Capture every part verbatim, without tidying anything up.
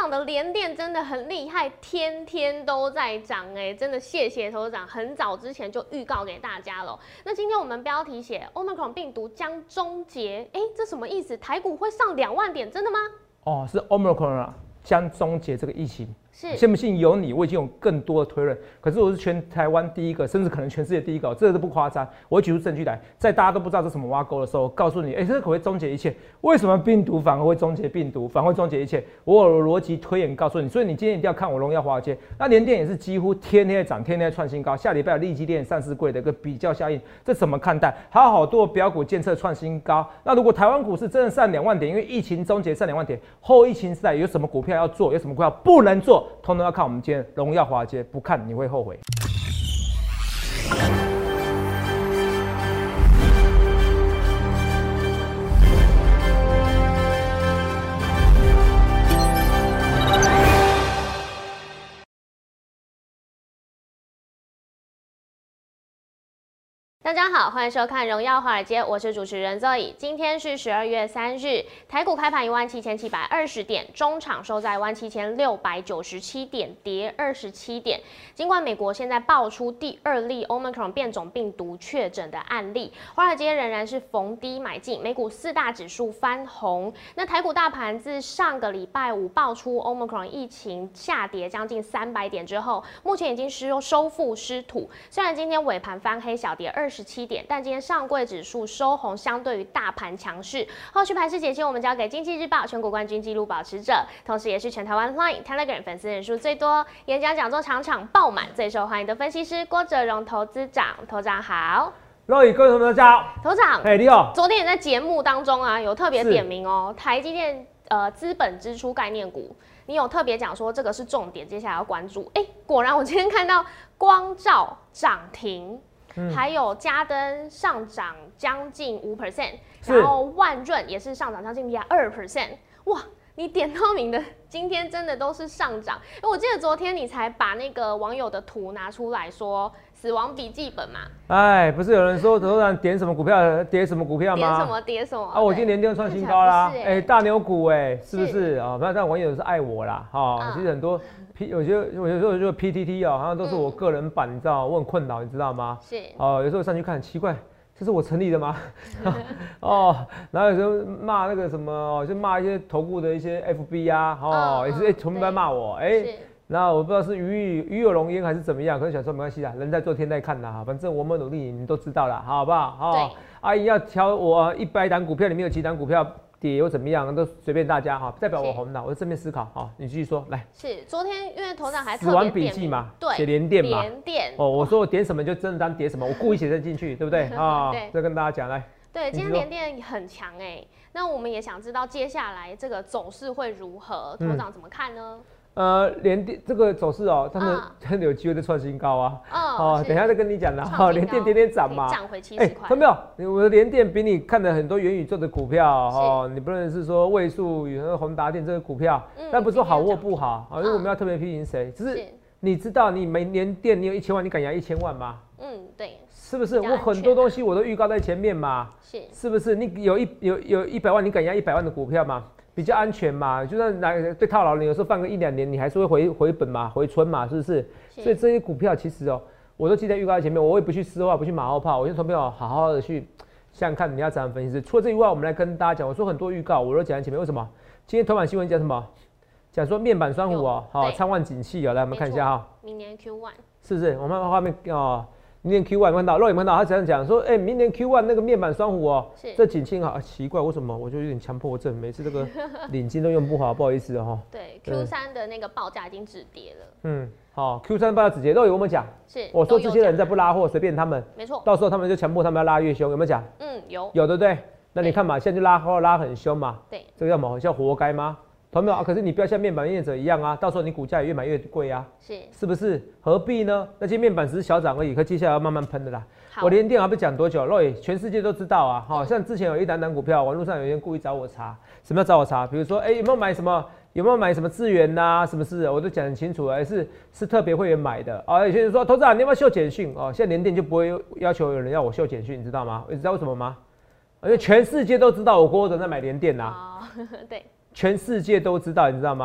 涨的联电真的很厉害，天天都在涨哎，真的谢谢头长，很早之前就预告给大家了。那今天我们标题写 Omicron 病毒将终结，哎，这什么意思？台股会上两万点，真的吗？ 哦，是 Omicron 啊，将终结这个疫情。 是， 信不信由你，我已经有更多的推论。可是我是全台湾第一个，甚至可能全世界第一个，这个都不夸张。我会举出证据来，在大家都不知道这是什么挖沟的时候，我告诉你，哎、欸，这个可会终结一切。为什么病毒反而会终结病毒，反而会终结一切？我有逻辑推演告诉你，所以你今天一定要看我荣耀华尔街。那联电也是几乎天天在涨，天天在创新高。下礼拜有利基电上市柜的一个比较效应，这怎么看待？还有好多标股监测创新高。那如果台湾股市真的上两万点，因为疫情终结上两万点，后疫情时代有什么股票要做，有什么股票不能做，通通要看我们。今天荣耀华尔街，不看你会后悔。 大家好，欢迎收看《荣耀华尔街》，我是主持人 Zoe。今天是十二月三日，台股开盘一万七千七百二十点，中场收在一万七千六百九十七点，跌二十七点。尽管美国现在爆出第二例 Omicron 变种病毒确诊的案例，华尔街仍然是逢低买进，美股四大指数翻红。那台股大盘自上个礼拜五爆出 Omicron 疫情下跌将近三百点之后，目前已经收收复失土。虽然今天尾盘翻黑，小跌二十七点，但今天上柜指数收红，相对于大盘强势。后续盘势解析，我们交给经济日报全国冠军纪录保持者，同时也是全台湾 Line、Telegram 粉丝人数最多、演讲讲座场场爆满、最受欢迎的分析师郭哲荣投资长。头长好。 各位各位同学大家好。 头长， 哎，你好。 昨天也在节目当中啊，有特别点名哦，台积电呃资本支出概念股。你有特别讲说这个是重点，接下来要关注。哎、欸，果然我今天看到光罩涨停。嗯、还有嘉登上涨将近五 percent， 然后万润也是上涨将近二 percent， 哇！你点到名的今天真的都是上涨。我记得昨天你才把那个网友的图拿出来说死亡笔记本嘛。 哎，不是有人说头长点什么股票跌什么股票吗？ 点什么跌什么啊！ 我今天连电创新高啦，哎、欸，大牛股哎、欸，是不是啊？那但网友是爱我啦，哈、哦嗯，其实很多 P 有些有些时候就 P T T 哦，好像都是我个人版，你知道，我很困扰，你知道吗？是哦，有时候上去看，奇怪。这是我成立的吗？哦，然后有时候骂那个什么，哦，就骂一些投顾的一些 F B 啊，哦，嗯、也是哎，全部在骂我，哎，然后我不知道是鱼鱼有龙焉还是怎么样，可是想说没关系啦，人在做天在看啦，反正我们努力，你们都知道啦，好不好？哦，阿姨要挑我一百档股票里面有几档股票跌又怎么样，都随便大家哈，代表我红的，我是正面思考哈，你继续说来。 是昨天因为头长还特别死亡笔记嘛， 对， 写联电嘛， 联电哦，我说我点什么就真的当点什么，我故意写在进去，对不对啊？对，这跟大家讲来。 对，今天联电很强哎、欸，那我们也想知道接下来这个走势会如何，头长怎么看呢？嗯呃，联电这个走势哦，他们真的有机会再创新高啊！哦，等一下再跟你讲啦。哈，联电天天涨嘛， 涨回七十块。 看到没有？我的联电比你看的很多元宇宙的股票哦，你不论是说位数与宏达电这个股票，但不是说好或不好啊，因为我们要特别批评谁，只是你知道你每年电你有一千万，你敢压一千万吗？ 嗯，对， 是不是？我很多东西我都预告在前面嘛，是是不是？你有一有有一百万，你敢压一百万的股票吗？比较安全嘛，就算来被套牢，你有时候放个一两年，你还是会回回本嘛，回春嘛，是不是？是所以这些股票其实哦，我都记在预告在前面，我也不去私话，不去马后炮，我就投票好好的去想想看你要怎样分析师。除了这以外，我们来跟大家讲，我说很多预告我都讲在前面，为什么？今天头版新闻讲什么？讲说面板双虎哦，好参望景气哦，来我们看一下哈。 明年 Q 一是不是？我们画面哦。明年 Q 一 有看到，肉有看到，他这样讲说，哎、欸，明年 Q 一 那个面板双虎哦，这景气好、啊、奇怪，为什么？我就有点强迫症，每次这个领巾都用不好，不好意思哦。 对 ，Q 三 的那个报价已经止跌了。 嗯，好 ，Q 三 报价止跌，肉有没有讲？是，我说这些人再不拉货，随便他们，没错，到时候他们就强迫他们要拉越凶，有没有讲？嗯，有，有对不对？那你看嘛，现在就拉货拉很凶嘛，对，这个叫什么？叫活该吗？同没有啊？可是你不要像面板业者一样啊，到时候你股价也越买越贵啊，是是不是？何必呢？那些面板只是小涨而已，可接下来要慢慢喷的啦。我联电还不讲多久，肉也全世界都知道啊。好、嗯，像之前有一档档股票，网络上有人故意找我查，什么要找我查？比如说，哎、欸，有没有买什么？有没有买什么资源呐？什么事？我都讲很清楚了，是是特别会员买的啊。有些人说，投资人你要不要秀简讯？哦，现在联电就不会要求有人要我秀简讯，你知道吗？你知道为什么吗？因为全世界都知道我郭董在买联电呐。哦，对。全世界都知道，你知道吗？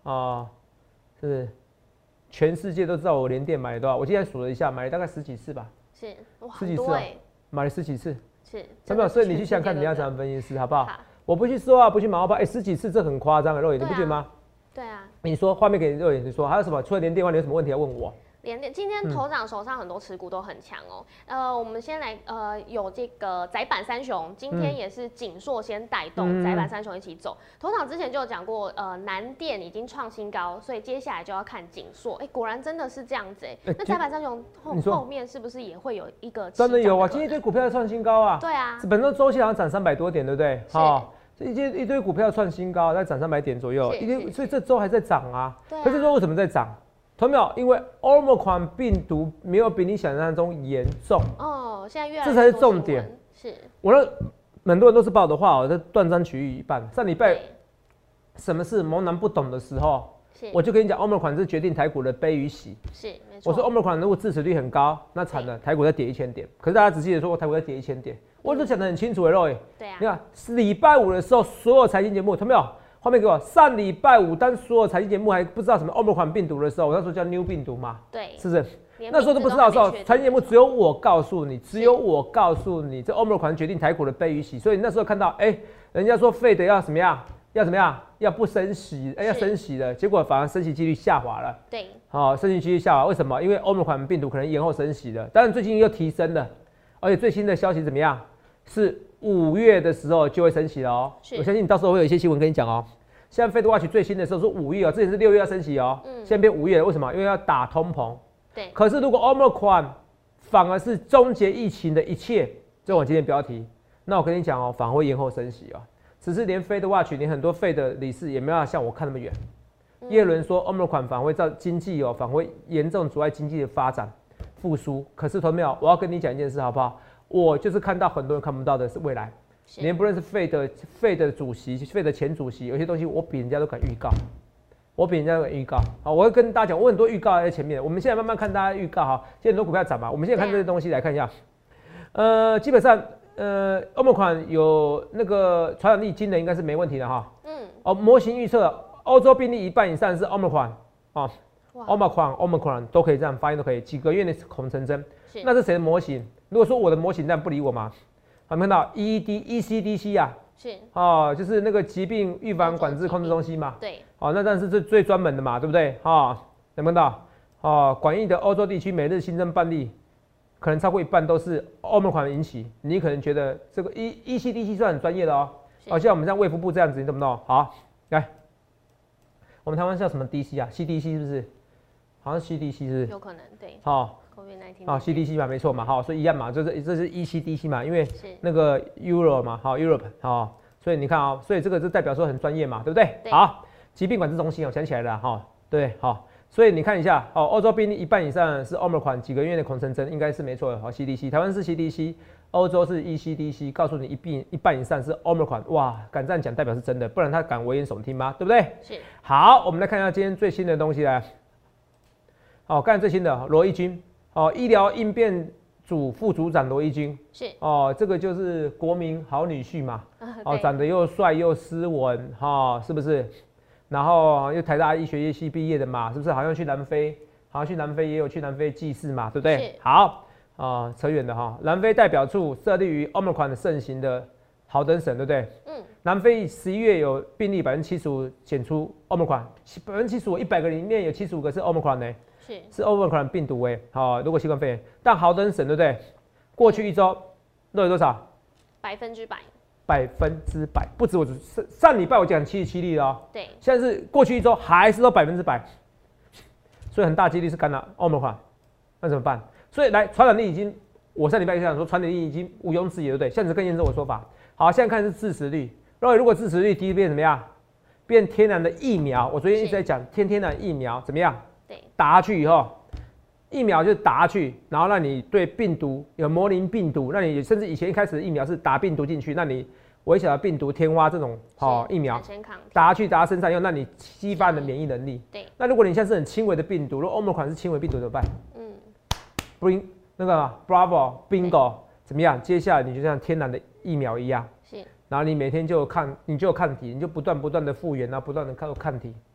啊，是不是？全世界都知道我联电买了多少？我今天数了一下，买了大概十几次吧。 是，哇， 十几次、哦，买了十几次。 是， 有没有？所以你去想看人家怎么分析师，好不好？好，我不去说啊，不去马后炮，哎、欸，十几次这很夸张的，肉眼、啊、你不觉得吗？ 对啊。 你说画面给肉眼，你说还有什么？除了联电外，你有什么问题要问我？ 联电今天头长手上很多持股都很强哦、嗯。呃，我们先来呃有这个载板三雄，今天也是景硕先带动载板三雄一起走。头长之前就有讲过，呃，南电已经创新高，所以接下来就要看景硕。哎、欸，果然真的是这样子哎、欸。那载板三雄后后面是不是也会有一个真的有啊？今天一堆股票创新高啊。 对啊。 本周周线好像涨三百多点，对不对？好。一堆一堆股票创新高，在涨三百点左右，一堆，所以这周还在涨啊。对啊。可是说为什么在涨？同没有？因为 Omicron 病毒没有比你想象中严重哦，现在越来越这才是重点。 是， 我的很多人都是报的话，我在断章取义一半。上礼拜什么是茫然不懂的时候，我就跟你讲 Omicron 是决定台股的悲与喜。 是，没错。 我说 Omicron 如果致死率很高，那惨了，台股再跌一千点。可是大家仔细的说，台股再跌一千点，我都讲得很清楚了 ，Roy。对啊。你看礼拜五的时候，所有财经节目，同没有？画面给我，上礼拜五当所有财经节目还不知道什么 Omicron 病毒的时候，我那时候叫 New 病毒嘛，对，是不是？那时候都不知道的时候，财经节目只有我告诉你，只有我告诉你，这 Omicron 决定台股的悲与喜。所以那时候看到，哎、欸，人家说Fed要怎么样，要怎么样，要不升息，哎、欸，要升息了，结果反而升息几率下滑了。对，好、哦，升息几率下滑，为什么？因为 Omicron 病毒可能延后升息了，当然最近又提升了，而且最新的消息怎么样？是五月的时候就会升息了哦。我相信你到时候会有一些新闻跟你讲哦。现在 Fed Watch 最新的时候是五月哦，之前是六月要升息哦，嗯，现在变五月了，为什么？因为要打通膨。对。可是如果 Omicron 反而是终结疫情的一切，这我今天标题，那我跟你讲哦，反而会延后升息哦。只是连 Fed Watch 连很多 Fed 理事也没办法像我看那么远。嗯、耶伦说 Omicron 反而会造经济哦，反而会严重阻碍经济的发展复苏。可是同没有，我要跟你讲一件事好不好？我就是看到很多人看不到的是未来。连不认识费的费的主席、费的前主席，有些东西我比人家都敢预告，我比人家都敢预告。好，我会跟大家讲，我很多预告在前面。我们现在慢慢看大家预告哈，现在很多股票涨嘛，我们现在看这些东西来看一下。呃，基本上呃 ，Omicron 有那个传染力惊人，应该是没问题的哈。嗯。哦，模型预测欧洲病例一半以上是 Omicron 啊 ，Omicron Omicron 都可以这样发音都可以，几个月内恐成真。那是谁的模型？如果说我的模型，那不理我吗？有没有看到 E D E C D C 啊？是哦，就是那个疾病预防管制控制中心嘛。对。哦，那但是是最专门的嘛，对不对？哦，有没有看到？哦，广义的欧洲地区每日新增病例，可能超过一半都是 Omicron 引起。你可能觉得这个 E E C D C 算很专业的哦。哦，像我们像卫福部这样子，你懂不懂？好，来，我们台湾叫什么 D C 啊 ？C D C 是不是？好像 C D C 是不是？ 有可能，对。 好、哦。啊 ，C D C 嘛，没错嘛，好，所以一样嘛，就是这是 E C D C 嘛，因为那个 Euro 嘛，好 Europe 好，所以你看啊、喔，所以这个就代表说很专业嘛，对不对？对好，疾病管制中心我想起来了哈，对，好，所以你看一下，哦，欧洲病例一半以上是 Omicron 几个月的恐成真，应该是没错的，好 C D C， 台湾是 C D C， 欧洲是 E C D C， 告诉你一半一半以上是 Omicron， 哇，敢这样讲代表是真的，不然他敢危言耸听吗？对不对？是。好，我们来看一下今天最新的东西来，好，看最新的罗一军。哦，医疗应变组副组长罗一军是哦，这个就是国民好女婿嘛，哦，长得又帅又斯文哈、哦，是不是？然后又台大医学系毕业的嘛，是不是？好像去南非，好像去南非也有去南非祭祀嘛，对不对？好啊、呃，扯远了哈、哦。南非代表处设立于 Omicron 盛行的豪登省，对不对？嗯。南非十一月有病例百分之七十五检出 Omicron， 百分之七十五，一百个里面有七十五个是 Omicron 呢。是, 是 Omicron 病毒哎，好，如果新冠肺炎，但豪登省对不对？过去一周都有多少？ 百分之百。 百分之百，不止我上上礼拜我讲七十七例了哦。对。现在是过去一周还是都百分之百，所以很大几率是感染 Omicron， 那怎么办？所以来传染力已经，我上礼拜就讲说传染力已经毋庸置疑，对不对？现在是更验证我说法。好，现在看是致死率，认为如果致死率低变怎么样？变天然的疫苗，我昨天一直在讲天天然疫苗怎么样？打下去以后，疫苗就打下去，然后让你对病毒有模拟病毒，那你甚至以前一开始的疫苗是打病毒进去，那你微小的病毒天花这种好、哦、疫苗打下去打到身上用，那你激发你的免疫能力。对。那如果你现在是很轻微的病毒，如果 Omicron 是轻微病毒怎么办？嗯 ，Bring 那个 Bravo Bingo 怎么样？接下来你就像天然的疫苗一样，是。然后你每天就有抗，你就有抗体，你就不断不断的复原啊，不断的靠抗体。对。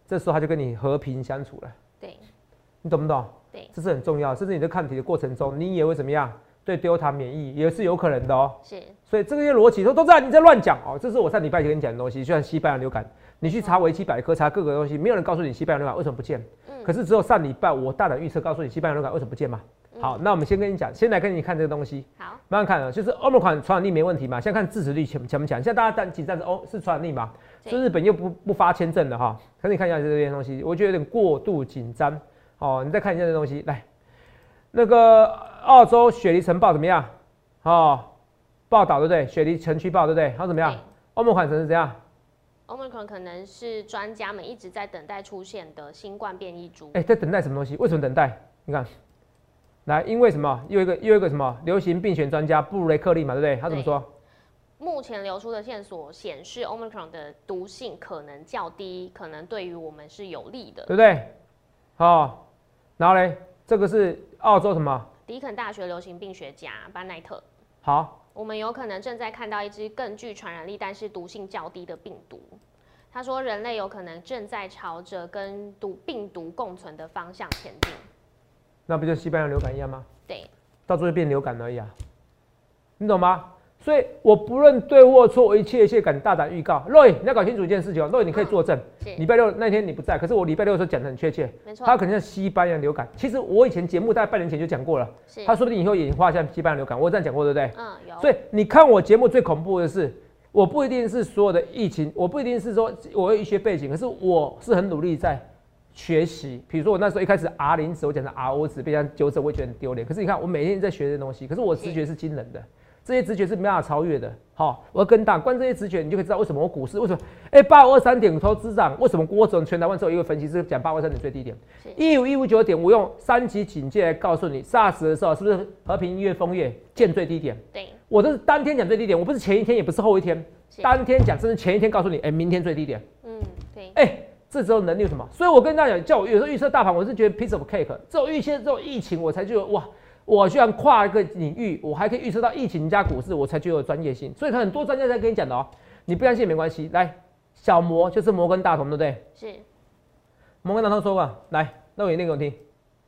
这时候他就跟你和平相处了。 对， 你懂不懂？ 对， 这是很重要。甚至你在看题的过程中，你也会怎么样？对 Delta 免疫也是有可能的哦。 是， 所以这些逻辑都都在你在乱讲哦。这是我上礼拜跟你讲的东西，就像西班牙流感，你去查维基百科，查各个东西，没有人告诉你西班牙流感为什么不见。嗯。可是只有上礼拜我大胆预测告诉你西班牙流感为什么不见嘛。嗯、好，那我们先跟你讲，先来跟你看这个东西。 好。 慢慢看啊，就是 Omicron 传染力没问题嘛。现在看致死率强强不强？现在大家紧张是哦是传染力嘛？所以日本又不不发签证了哈。可是你看一下这些东西，我觉得有点过度紧张哦。你再看一下这东西，来，那个澳洲雪梨晨报怎么样？哦，报道对不对？雪梨城区报对不对？它怎么样？欧盟款成是怎样？ 欧盟款可能是专家们一直在等待出现的新冠变异株。 哎、欸，在等待什么东西？为什么等待？你看，来，因为什么？又一个又一个什么流行病学专家布鲁雷克利嘛，对不对？他怎么说？ 目前流出的线索显示 ，Omicron 的毒性可能较低，可能对于我们是有利的， 对不对？好、哦，然后嘞，这个是澳洲什么？ 迪肯大学流行病学家班奈特。 好， 我们有可能正在看到一支更具传染力，但是毒性较低的病毒。他说，人类有可能正在朝着跟毒病毒共存的方向前进。 那不就西班牙流感一样吗？ 对， 到最后变流感而已啊，你懂吗？所以我不论对或错，我一切一切敢大胆预告。Roy， 你要搞清楚一件事情哦 ，Roy 你可以作证。礼、嗯、拜六那天你不在，可是我礼拜六的时候讲得很确切， 没错， 他可能像西班牙流感。其实我以前节目大概半年前就讲过了，他说不定以后演化像西班牙流感，我这样讲过对不对？ 嗯，有。 所以你看我节目最恐怖的是，我不一定是所有的疫情，我不一定是说我有医学背景，可是我是很努力在学习。比如说我那时候一开始 R 零值，我讲成 R O 值，被人家纠正，我也觉得很丢脸。可是你看我每天在学这些东西，可是我直觉是惊人的。这些直觉是没办法超越的。好，我要跟大家关这些直觉，你就可以知道为什么我股市为什么哎八五二三点投资涨，为什么郭总全台湾只有一个分析师讲八五二三点最低点，一五一五九点我用三级警戒来告诉你 ，SARS 的时候是不是和平医院枫叶见最低点？ 对， 我这是当天讲最低点，我不是前一天，也不是后一天，当天讲，甚至前一天告诉你，哎、欸，明天最低点。 嗯，对， 哎、欸，这时候能力有什么？所以我跟大家讲，叫我有时候预测大盘，我是觉得 piece of cake， 这种预测这种疫情，我才觉得哇。我居然跨一个领域，我还可以预测到疫情加股市，我才具有专业性。所以很多专家在跟你讲的哦，你不相信也没关系。来，小摩就是摩根大通，对不对？ 是。 摩根大通说吧，来，那我念给我听。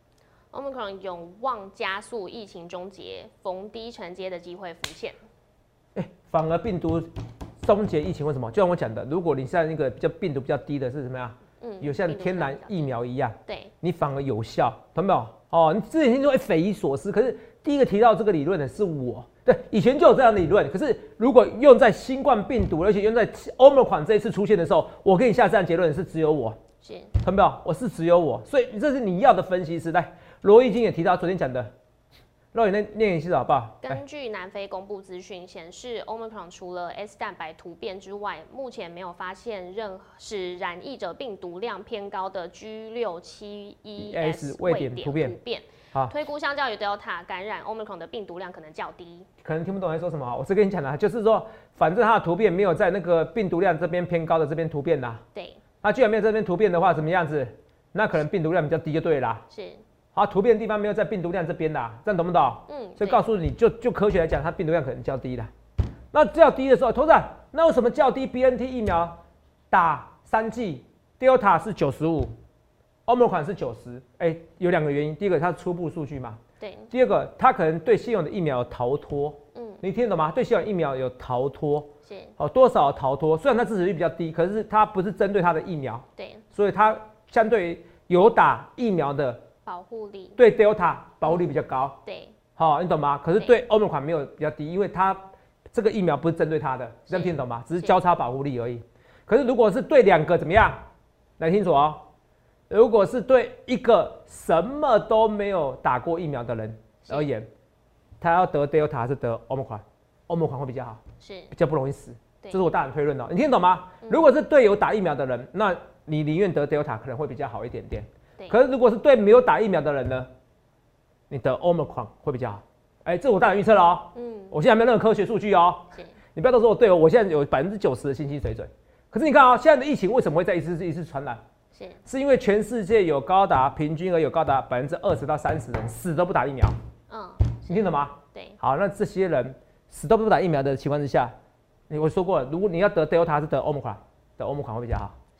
Omicron 有望加速疫情终结，逢低承接的机会浮现。 哎、欸，反而病毒终结疫情为什么？就像我讲的，如果你现在那个比较病毒比较低的是什么呀？嗯，有像天然疫苗一样， 对， 你反而有效，懂没有？哦，你之前听说会匪夷所思，可是第一个提到这个理论的是我，对，以前就有这样的理论，可是如果用在新冠病毒，而且用在 Omicron 这一次出现的时候，我给你下这样结论是只有我， 是， 懂没有？我是只有我，所以这是你要的分析师。来，罗毅金也提到昨天讲的。让你念念一次好不好？ 根据南非公布资讯显示 ，Omicron 除了 S 蛋白突变之外，目前没有发现任使染疫者病毒量偏高的 G 六七一 S 位点突变。好，推估相较于 Delta 感染 Omicron 的病毒量可能较低。 可能听不懂在说什么，我是跟你讲的，就是说，反正它的突变没有在那个病毒量这边偏高的这边突变啦。 对。 它居然没有在这边突变的话，怎么样子？那可能病毒量比较低就对啦。 是。 好，突变的地方没有在病毒量这边啦，这样懂不懂？嗯，所以告诉你就就科学来讲，它病毒量可能较低啦。那较低的时候，投资人，那为什么较低 B N T 疫苗打三剂 ，Delta 是九十五 ，Omicron 是九十？哎，有两个原因，第一个它是初步数据嘛， 对。 第二个，它可能对现有的疫苗有逃脱，嗯，你听得懂吗？对现有疫苗有逃脱， 是。 哦，多少逃脱？虽然它致死率比较低，可是它不是针对它的疫苗， 对， 所以它相对于有打疫苗的。 保护力对 Delta 保护力比较高， 对， 好、哦，你懂吗？可是对 Omicron 没有比较低，因为它这个疫苗不是针对它的，这样听得懂吗？只是交叉保护力而已。可是如果是对两个怎么样？来清楚哦。如果是对一个什么都没有打过疫苗的人而言，他要得 Delta 还是得 Omicron？Omicron 会比较好， 是比较不容易死。这是我大胆推论的、哦，你听得懂吗？嗯、如果是对有打疫苗的人，那你宁愿得 Delta 可能会比较好一点点。可是如果是对没有打疫苗的人呢，你得 Omicron 会比较好。哎、欸，这我大胆预测了哦。嗯，我现在没有任何科学数据哦。你不要都说我对哦，我现在有百分之九十的信心水准。可是你看啊、哦，现在的疫情为什么会在一次一次传染？是，是因为全世界有高达平均而有高达百分之二十到三十人死都不打疫苗。嗯，你听懂吗？ 对。 好，那这些人死都不打疫苗的情况之下，我说过了，如果你要得 Delta 还是得 Omicron， 得 Omicron 会比较好。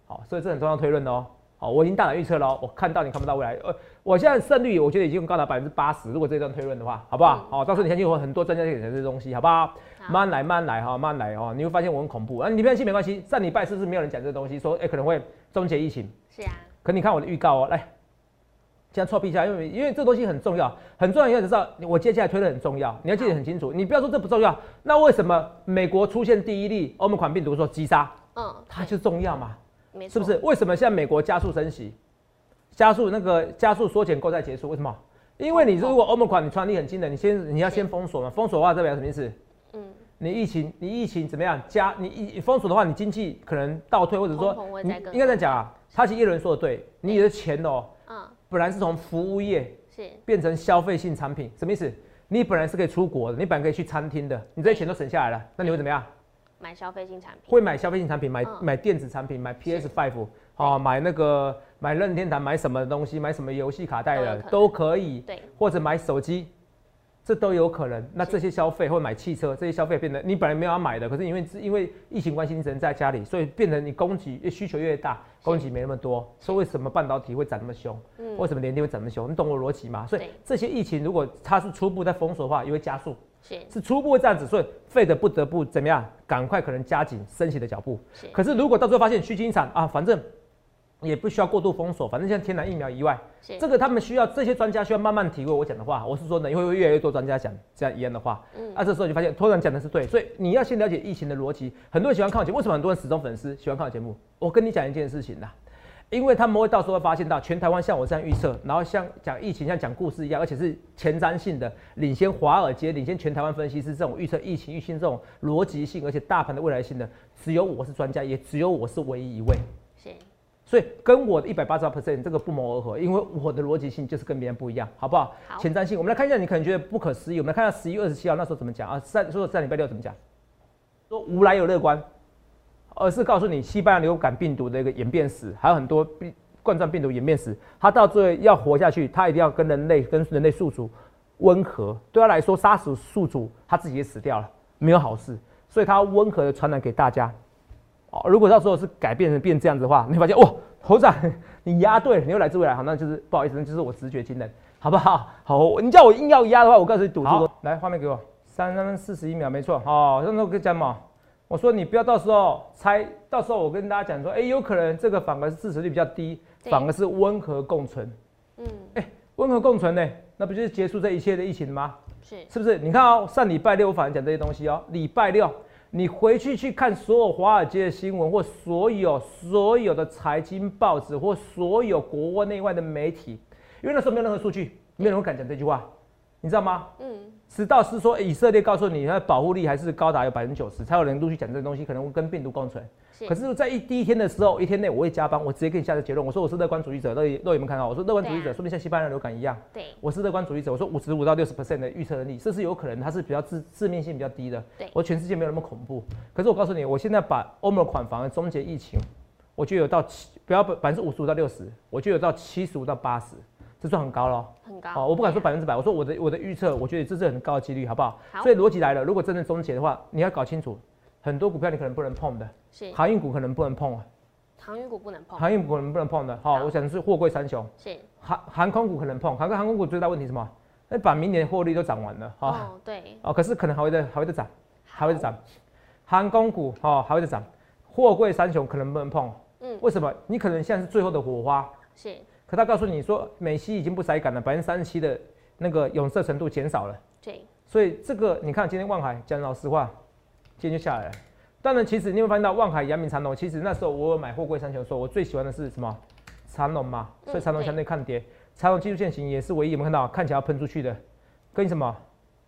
好，所以这很重要推论哦。好，我已经大胆预测了哦，我看到你看不到未来。呃，我现在胜率我觉得已经高达百分之八十。如果这段推论的话，好不好？好，到时候你相信我，很多专家给讲这些东西，好不好？慢慢来，慢慢来哈，慢慢来哦。你会发现我很恐怖啊，你不相信没关系。上礼拜是不是没有人讲这个东西？说哎、欸、可能会终结疫情。 是啊。 可你看我的预告哦，来，这样错避一下，因为因为这个东西很重要，很重要，你要知道我接下来推论很重要，你要记得很清楚。你不要说这不重要，那为什么美国出现第一例欧盟款病毒说击杀？嗯，它就重要嘛，是不是？为什么现在美国加速升息？加速那个加速缩减购债结束，为什么？因为你如果欧盟款你传染力很惊人，你先你要先封锁嘛，封锁的话代表什么意思？嗯，你疫情你疫情怎么样加你一封锁的话，你经济可能倒退，或者说你应该这样讲啊，他其实叶伦说的对，你的钱哦，嗯，本来是从服务业是变成消费性产品，什么意思？你本来是可以出国的，你本来可以去餐厅的，你这些钱都省下来了，那你会怎么样？ 买消费性产品， 会买消费性产品，买、嗯、买电子产品，买 P S 五，哦，买那个买任天堂，买什么东西，买什么游戏卡带的都可以，对，或者买手机，这都有可能。那这些消费或买汽车，这些消费变得你本来没有要买的，可是因为因为疫情关系，你只能在家里，所以变成你供给需求越大，供给没那么多。所以为什么半导体会涨那么凶？嗯、为什么联电会涨那么凶？你懂我逻辑吗？所以这些疫情如果它是初步在封锁的话，也会加速。是, 是初步会这样子，所以Fed不得不怎么样，赶快可能加紧升息的脚步。是可是如果到最后发现虚惊一场啊，反正也不需要过度封锁，反正像天然疫苗以外，这个他们需要这些专家需要慢慢体会我讲的话。我是说呢，因为会越来越多专家讲这样一样的话，嗯，啊，这时候就发现突然讲的是对，所以你要先了解疫情的逻辑。很多人喜欢看我节目，为什么很多人死忠粉丝喜欢看我节目？我跟你讲一件事情啦。因为他们会到时候会发现到全台湾像我这样预测，然后像讲疫情像讲故事一样，而且是前瞻性的，领先华尔街、领先全台湾分析师这种预测疫情、预期这种逻辑性，而且大盘的未来性的，只有我是专家，也只有我是唯一一位。是，所以跟我的一百八十八 percent 这个不谋而合，因为我的逻辑性就是跟别人不一样，好不好？好。前瞻性，我们来看一下，你可能觉得不可思议。我们来看一下十一月二十七号那时候怎么讲啊？上说上礼拜六怎么讲？说无来有乐观。而是告诉你西班牙流感病毒的一个演变史，还有很多冠状病毒演变史。它到最后要活下去，它一定要跟人类、跟人类宿主温和。对他来说，杀死宿主，他自己也死掉了，没有好事。所以他温和的传染给大家。哦，如果到时候是改变成变这样子的话，你会发现哇，头长你压对了，你又来自未来，好，那就是不好意思，那就是我直觉惊人，好不好？好，你叫我硬要压的话，我告诉你赌注。来，画面给我，三分四十一秒，没错。好，那我跟你讲嘛。我说你不要到时候猜，到时候我跟大家讲说，哎、欸，有可能这个反而是支持率比较低，反而是温和共存。嗯，哎、欸，温和共存呢，那不就是结束这一切的疫情吗？是，是不是？你看哦，上礼拜六我反而讲这些东西哦，礼拜六你回去去看所有华尔街的新闻，或所有所有的财经报纸，或所有国内外的媒体，因为那时候没有任何数据，没有人敢讲这句话，你知道吗？嗯。直到是说以色列告诉你，它的保护力还是高达有百分之九十，才有人陆续讲这个东西，可能会跟病毒共存。是可是，在一第一天的时候，一天内我会加班，我直接给你下个结论，我说我是乐观主义者。乐乐有没有看到？我说乐观主义者，说不定像西班牙流感一样。对，我是乐观主义者。我说五十五到六十 percent 的预测能力，这是有可能，它是比较致致命性比较低的。对，我全世界没有那么恐怖。可是我告诉你，我现在把欧盟款反而终结疫情，我就有到七，不要百分之五十五到六十，我就有到七十五到八十。这算很高咯，很高。哦，我不敢说百分之百，我说我的我的预测，我觉得这是很高的几率，好不好？好。所以逻辑来了，如果真的终结的话，你要搞清楚，很多股票你可能不能碰的，是航运股可能不能碰啊， 航运股不能碰， 航运股可能不能碰的。好，好我讲的是货柜三雄，是航航空股可能碰，航空航空股最大问题是什么？那把明年获利都涨完了，哈、哦，对，哦，可是可能还会再还会再涨，还会再涨，航空股哦还会再涨，货柜三雄可能不能碰，嗯，为什么？你可能现在是最后的火花，是。可他告诉你说，美西已经不塞港了，百分之三十七的那个永射程度减少了。对，所以这个你看，今天万海讲老实话，今天就下来了。当然，其实你会发现到万海、阳明、长荣，其实那时候我有买货柜三雄的时候，我最喜欢的是什么？长荣嘛，所以长荣相对看跌。长荣技术线型也是唯一有没有看到看起来要喷出去的，跟什么？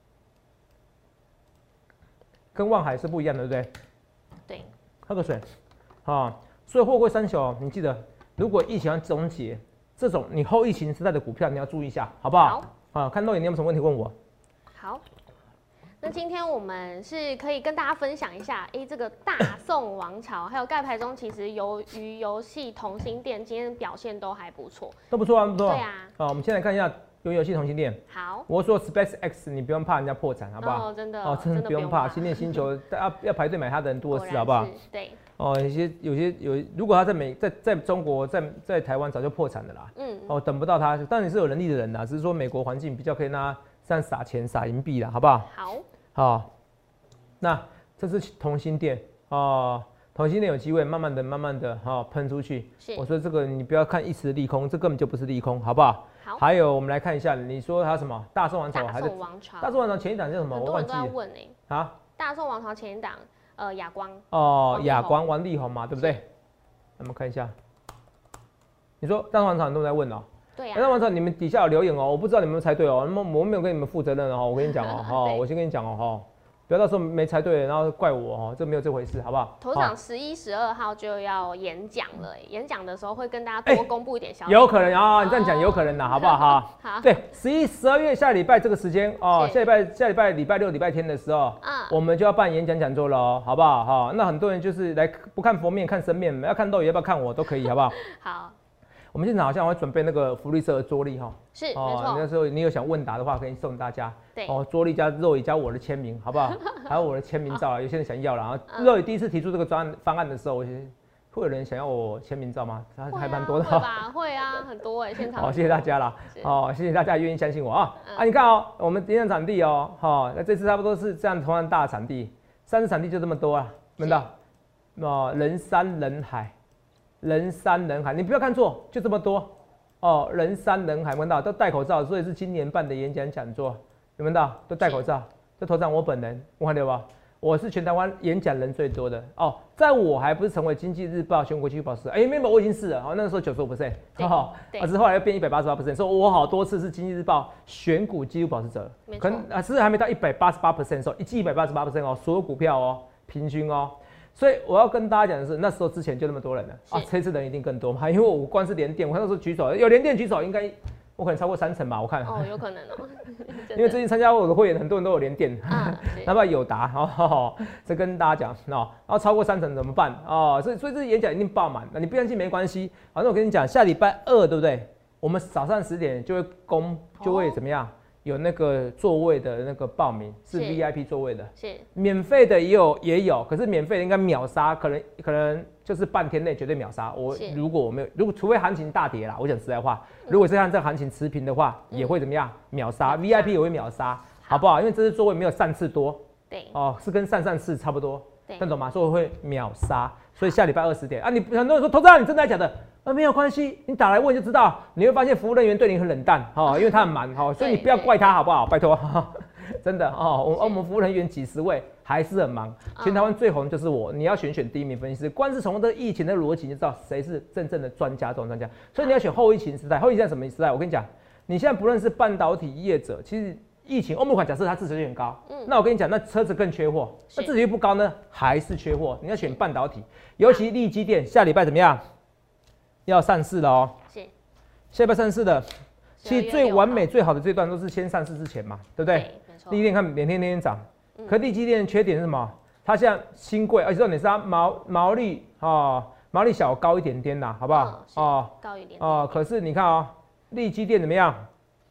跟万海是不一样的，对不对？对，喝个水啊。所以货柜三雄，你记得，如果疫情要终结。这种你后疫情时代的股票，你要注意一下，好不好？好啊，看到你有什么问题问我。 好，那今天我们是可以跟大家分享一下，哎、欸，这个大宋王朝还有盖牌中，其实由于游戏同心店今天表现都还不错， 都不错啊，不错。 对啊。 好，我们先来看一下拥有系统星电。 好， 我说 SpaceX 你不用怕人家破产，好不好？ 哦，真的哦，真的不用怕，星链星球要要排队买它的人多的是，好不好？ 对。 哦，有些有些有，如果他在美在在中国在在台湾早就破产了啦。嗯。哦，等不到他，当然是有能力的人啦，只是说美国环境比较可以让他这样撒钱撒银币啦，好不好？ 好。 好，那这是同心店哦。同性恋有机会，慢慢的、慢慢的哈喷出去。我说这个你不要看一时的利空，这根本就不是利空，好不好？ 好。 还有我们来看一下，你说它什么？大宋王朝还是？ 大宋王朝。 大宋王朝前一档叫什么？ 很多人都在问哎、 欸。啊？ 大宋王朝前一档，呃，亚光。 哦，亚光王力宏嘛，对不对？我们看一下。你说大宋王朝很多人在问哦、喔。 对呀、啊。 大宋王朝你们底下有留言哦、喔，我不知道你们有没有猜对哦、喔，我我没有跟你们负责任哦、喔，我跟你讲哦、喔，哈，我先跟你讲哦、喔，哈。不要到时候没猜对，然后怪我哦，这没有这回事，好不好？ 头长十一、十二号就要演讲了，演讲的时候会跟大家多公布一点消息。 有可能啊，你这样讲有可能的，好不好？哈， 好。 对，十一、十二月下礼拜这个时间哦，下礼拜下礼拜礼拜六、礼拜天的时候，嗯，我们就要办演讲讲座了哦，好不好？哈，那很多人就是来不看佛面看身面，要看斗鱼要不要看我都可以，好不好？ 好。 我们现场好像会准备那个福利社的桌历哈， 是，没错。 那时候你有想问答的话，可以送大家。 对。 哦，桌历加肉也加我的签名，好不好？还有我的签名照啊，有些人想要了。然后肉也第一次提出这个专案方案的时候，我觉得会有人想要我签名照吗？还还蛮多的。 会吧？会啊，很多哎，现场。 好，谢谢大家啦。哦，谢谢大家愿意相信我啊。啊，你看哦，我们演讲场地哦，好，那这次差不多是这样同样大的场地，三次场地就这么多啊，闻到？哦，人山人海，人山人海，你不要看错，就这么多。哦，人山人海，闻到都戴口罩，所以是今年办的演讲讲座，有闻到都戴口罩。这头长我本人，我看到吧，我是全台湾演讲人最多的哦，在我还不是成为经济日报全国继续保持，哎，没有，我已经是了，哦，那个时候九十五 percent， 好，啊，之后来又变一百八十八 percent， 所以我好多次是经济日报选股纪录保持者，可能啊，是还没到一百八十八 percent 的时候，一季一百八十八 percent 哦，所有股票哦，平均哦。所以我要跟大家讲的是，那时候之前就那么多人了啊，这次人一定更多嘛，因为我光是联电，我那时候举手有联电举手，应该我可能超过三成吧，我看。 哦，有可能哦。 因为最近参加我的会员，很多人都有联电，那么友达，哦，这跟大家讲哦，然后超过三成怎么办哦？所以所以这演讲一定爆满，那你不相信没关系，反正我跟你讲，下礼拜二对不对？我们早上十点就会公，就会怎么样？有那个座位的那个报名是 V I P 座位的， 是免费的也有也有，可是免费的应该秒杀，可能可能就是半天内绝对秒杀。我如果我没有，如果除非行情大跌啦，我讲实在话，如果是像这个行情持平的话，嗯、也会怎么样秒杀、嗯、V I P 也会秒杀，好不好？因为这次座位没有上次多， 对哦，是跟上上次差不多，听懂吗？所以会秒杀，所以下礼拜二十点啊，你很多人说投资人你真的假的？啊，没有关系，你打来问就知道，你会发现服务人员对你很冷淡，哈，因为他很忙，哈，所以你不要怪他，好不好？拜托，真的哦，我我们服务人员几十位还是很忙，全台湾最红就是我，你要选选第一名分析师，光是从这个疫情的逻辑就知道谁是真正的专家，这种专家，所以你要选后疫情时代，后疫情什么时代？我跟你讲，你现在不论是半导体业者，其实疫情欧盟款假设它自持率很高，嗯，那我跟你讲，那车子更缺货，那自持率不高呢，还是缺货，你要选半导体，尤其力积电下礼拜怎么样？要上市了哦，是，下礼拜上市的，其实最完美、最好的这段都是先上市之前嘛，对不对？没错。力积电看连天天天涨，嗯、可力积电的缺点是什么？它像新贵，而且重点是它毛毛利啊、哦，毛利小高一点点啦，好不好？ 哦，哦高一点点。 哦，可是你看哦，力积电怎么样？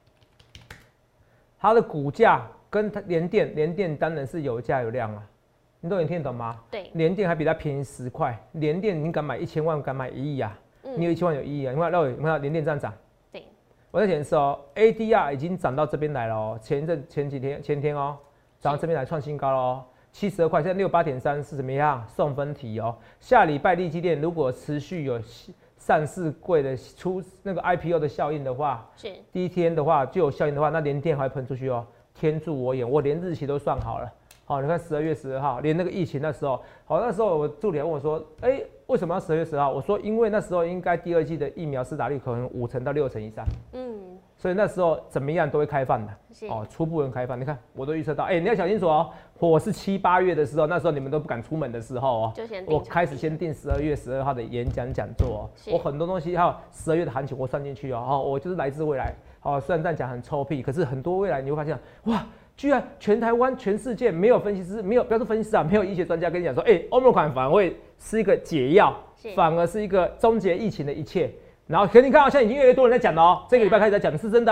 它的股价跟它联电，联电当然是有价有量啊。你都能听得懂吗？ 对。 联电还比它便宜十块，联电你敢买一千万，敢买一亿啊？你有一千万有意义啊！你看，那你看联电这样涨， 对， 我在显示哦 ，A D R 已经涨到这边来了哦，前一阵前几天前天哦，涨到这边来创新高了哦，七十二块，现在六八点三是怎么样？送分题哦。下礼拜力积电如果持续有上市柜的出那个 I P O 的效应的话，是第一天的话就有效应的话，那联电还会喷出去哦。天助我眼，我连日期都算好了。好，你看十二月十二号，连那个疫情那时候，好，那时候我助理还问我说，哎、欸，为什么要十二月十号？我说，因为那时候应该第二季的疫苗施打率可能五成到六成以上，嗯，所以那时候怎么样都会开放的，哦，初步能开放。你看，我都预测到，哎、欸，你要小心说哦，我是七八月的时候，那时候你们都不敢出门的时候哦， 就先我开始先定十二月十二号的演讲讲座哦，我很多东西还有十二月的行情我算进去哦，哦，我就是来自未来，哦，虽然这样讲很臭屁，可是很多未来你会发现，哇。居然全台湾、全世界没有分析师，没有不要说分析师啊，没有医学专家跟你讲说，哎、欸，欧盟款反而会是一个解药，反而是一个终结疫情的一切。然后，可是你看到、啊、现在已经越来越多人在讲了哦，这个礼拜开始在讲的是真的啊。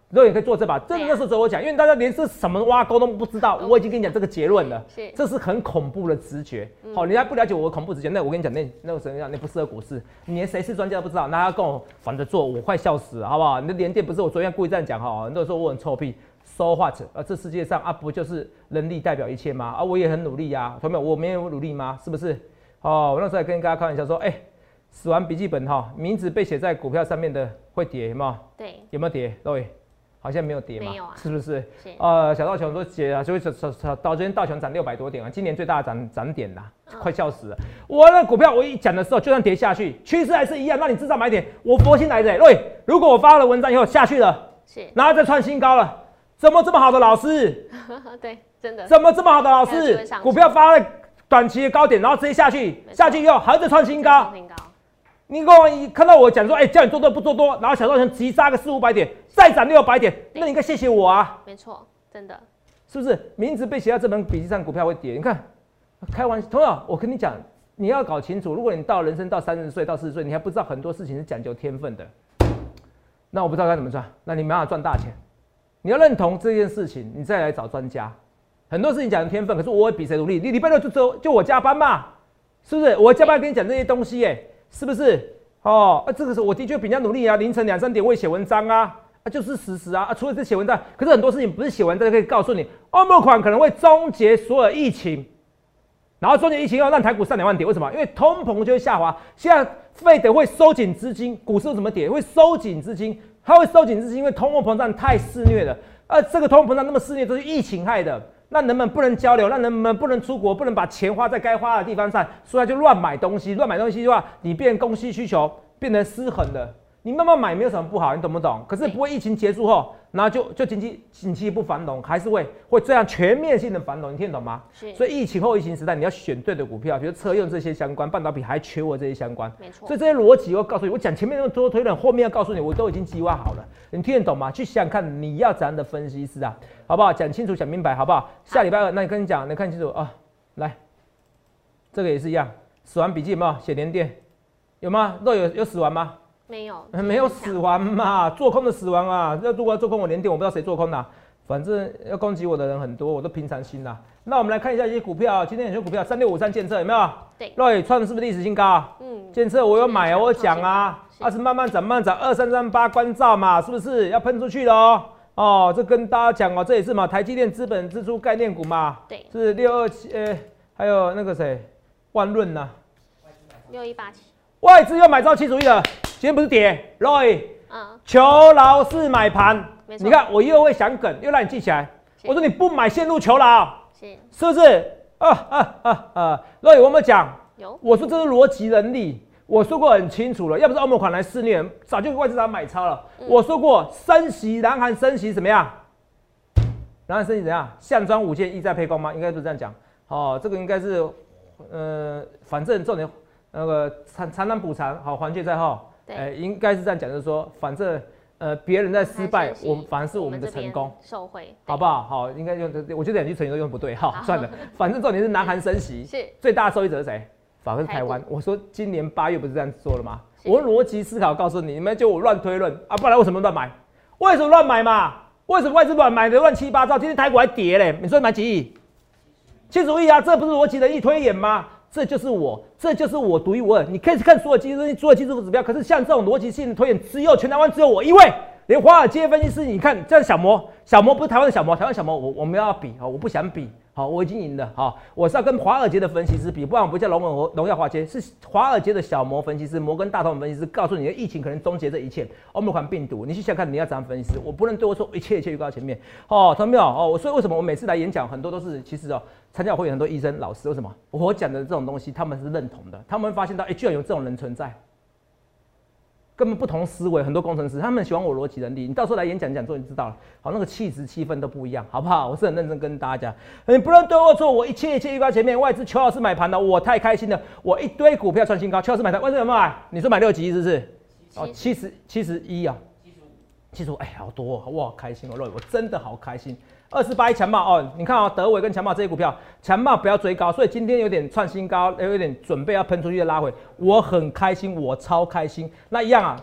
肉眼可以做这把，真的那时候只有我讲，因为大家连是什么挖沟都不知道，我已经跟你讲这个结论了，是，这是很恐怖的直觉。好、嗯，你还不了解我的恐怖直觉，那我跟你讲，那那个什么样，那不适合股市，你连谁是专家都不知道，那他跟我反着做，我快笑死了，好不好？你的连电不是我昨天故意这样讲哈，很多人说我很臭屁 ，so what？ 啊，这世界上啊不就是能力代表一切吗？啊，我也很努力呀、啊，同学们，我没有努力吗？是不是？哦，我那时候还跟大家开玩笑说，哎、欸，死亡笔记本哈，名字被写在股票上面的会跌，有没有？对，有没有跌？各位？好像没有跌嘛， 没有啊， 是不是？是呃，小道琼说跌啊，就会到昨天道琼涨六百多点啊，今年最大的涨涨点啦，嗯、快笑死了。我的股票我一讲的时候，就算跌下去，趋势还是一样，那你至少买点。我佛心来的、欸，对，如果我发了文章以后下去了，是，然后再创新高了，怎么这么好的老师？ 对，真的， 怎么这么好的老师？股票发了短期的高点，然后直接下去，下去以后还在创新高。你跟我看到我讲说，哎、欸，叫你做多不做多，然后小道琼急杀个四五百点，再涨六百点，那你应该谢谢我啊。 没错，真的， 是不是？名字被写在这本笔记上，股票会跌。你看，开玩笑，同样，我跟你讲，你要搞清楚，如果你到人生到三十岁到四十岁，你还不知道很多事情是讲究天分的，那我不知道该怎么赚，那你没办法赚大钱。你要认同这件事情，你再来找专家。很多事情讲天分，可是我会比谁努力？你礼拜六就就就我加班嘛，是不是？我加班跟你讲这些东西、欸，哎。是不是？哦，啊，这个时候我的确比较努力啊，凌晨两三点我也写文章啊，啊，就是事实啊，啊，除了这写文章，可是很多事情不是写文章可以告诉你，欧盟款可能会终结所有疫情，然后终结疫情要让台股上两万点，为什么？因为通膨就会下滑，现在费德会收紧资金，股市怎么跌？会收紧资金，它会收紧资金，因为通货膨胀太肆虐了，而这个通货膨胀那么肆虐都是疫情害的。那人们不能交流，那人们不能出国，不能把钱花在该花的地方上，所以他就乱买东西。乱买东西的话，你变供需需求变成失衡的。你慢慢买没有什么不好，你懂不懂？可是不会疫情结束后，然后就就经济经济不繁荣，还是会会这样全面性的繁荣，你听得懂吗？所以疫情后疫情时代，你要选对的股票，比如车用这些相关，半导体还缺我这些相关。没错。所以这些逻辑我告诉你，我讲前面那么多推论，后面要告诉你，我都已经计划好了，你听得懂吗？去想想看，你要怎样的分析师啊？好不好？讲清楚，讲明白，好不好？下礼拜二，那你跟你讲，你看清楚啊。来，这个也是一样，死亡笔记有没有写连电？有吗？都有有死亡吗？ 没有， 没有死亡嘛，做空的死亡啊。要如果要做空我连电，我不知道谁做空的、啊，反正要攻击我的人很多，我都平常心啦。那我们来看一下一些股票，今天有些股票三六五三建测有没有？对，对，创的是不是历史新高啊？嗯，建测我有买啊，我有讲啊，它是慢慢涨，慢慢涨，二三三八关照嘛，是不是要喷出去了哦？哦，这跟大家讲哦，这也是嘛，台积电资本支出概念股嘛，对，是六二七，呃，还有那个谁，万润呐， 六一八七， 外资又买超七十亿了。今天不是跌 ，Roy， 嗯，求饶是买盘，你看我又会想梗，又让你记起来。我说你不买陷入求饶，是是不是？啊啊啊啊 ！Roy， 我有没有讲？有。我说这是逻辑能力，我说过很清楚了，要不是欧盟款来肆虐，早就外资场买超了。嗯、我说过升息，南韩升息怎么样？南韩升息怎样？项庄舞剑，意在沛公吗？应该不是这样讲。哦，这个应该是，呃，反正重点那个残残囊补偿，好，还券在后。呃，应该是这样讲，就是说，反正呃，别人在失败，我们反而是我们的成功， 受惠， 好不好？好，应该用，我觉得两句成语都用不对，哈，算了，反正重点是南韩升息，是最大的受益者是谁？反而是台湾。我说今年八月不是这样做了吗？我逻辑思考告诉你，你们就我乱推论啊，不然为什么乱买？为什么乱买嘛？为什么外资乱买的乱七八糟？今天台股还跌嘞，你说买几亿？七十五亿啊，这不是逻辑能力推演吗？这就是我，这就是我独一无二。你可以看所有技术所有技术指标，可是像这种逻辑性的推演，只有全台湾只有我一位。连华尔街分析师，你看这样小摩，小摩不是台湾的小摩，台湾小摩我我们要比，我不想比，好，我已经赢了，好，我是要跟华尔街的分析师比，不然我不叫荣荣荣耀华尔街，是华尔街的小摩分析师，摩根大通分析师告诉你的疫情可能终结这一切，欧盟款病毒，你去想看你要怎样分析师，我不能对我说一切一切预告前面，哦，听到没有？哦，所以为什么我每次来演讲，很多都是其实哦，参加我会有很多医生老师，为什么我讲的这种东西他们是认同的，他们会发现到，哎、欸，居然有这种人存在。根本不同思维，很多工程师他们喜欢我逻辑能力。你到时候来演讲讲座，你知道了。好，那个气质气氛都不一样，好不好？我是很认真跟大家讲，你不能对我错，我一切一切预告前面，外资邱老师买盘的，我太开心了。我一堆股票创新高，邱老师买盘，外资有没有买？你说买六几亿是不是？哦，七十七十一啊，七十五，七十五，哎，好多、哦，我好开心哦，我真的好开心。二十八亿强茂哦，你看哦，德伟跟强茂这些股票，强茂不要追高，所以今天有点创新高，有点准备要喷出去的拉回，我很开心，我超开心。那一样啊，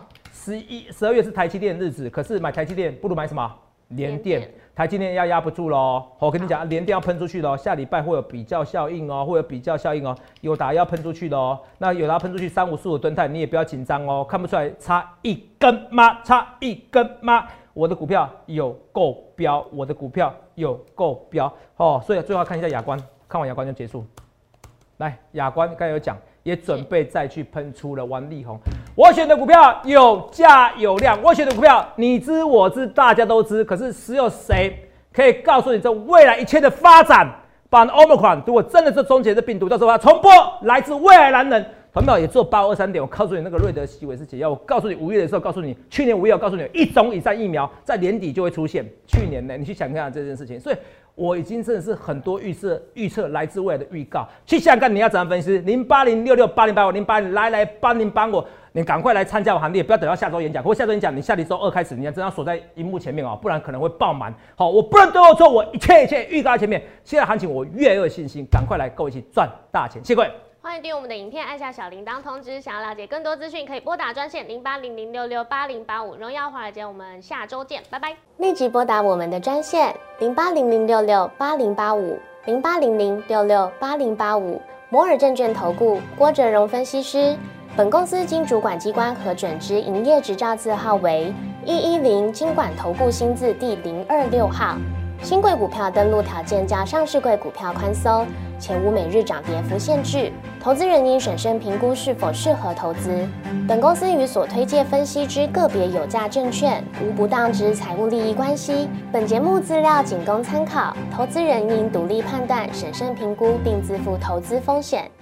十一十二月是台积电的日子，可是买台积电不如买什么？联电。台积电要压不住喽，我跟你讲，联电要喷出去喽，下礼拜会有比较效应哦，会有比较效应哦，友达要喷出去喽，那友达喷出去三五四五吨泰，你也不要紧张哦，看不出来差一根吗？差一根吗？我的股票有够标，我的股票有够标哦，所以最后看一下亚光，看完亚光就结束。来，亚光刚才有讲，也准备再去喷出了王力宏。我选的股票有价有量，我选的股票你知我知，大家都知。可是只有谁可以告诉你这未来一切的发展？把 Omicron 如果真的是终结这病毒，到时候它重播来自未来男人，团票也做八二三点。我告诉你，那个瑞德西韦是解药。我告诉你，五月的时候告诉你，去年五月我告诉你，一种以上疫苗在年底就会出现。去年呢，你去想看这件事情，所以。我已经真的是很多预测预测来自未来的预告，去想想看你要怎样分析。零八零六六八零八五零八零来来帮您帮我，你赶快来参加我行列，不要等到下周演讲，或下周演讲你下周二开始，你要真要锁在荧幕前面哦，不然可能会爆满。好，我不能对我错，我一切一切预告在前面。现在行情我越来越有信心，赶快来跟我一起赚大钱，谢谢各位。 欢迎订阅我们的影片，按下小铃铛通知。想要了解更多资讯，可以拨打专线零八零零六六八零八五。荣耀华尔街，我们下周见，拜拜。立即拨打我们的专线零八零零六六八零八五零八零零六六八零八五。摩尔证券投顾郭哲荣分析师。本公司经主管机关核准之营业执照字号为一一零金管投顾新字第零二六号。新贵股票登录条件较上市柜股票宽松，且无每日涨跌幅限制。投资人应审慎评估是否适合投资。本公司与所推介分析之个别有价证券无不当之财务利益关系。本节目资料仅供参考，投资人应独立判断、审慎评估并自负投资风险。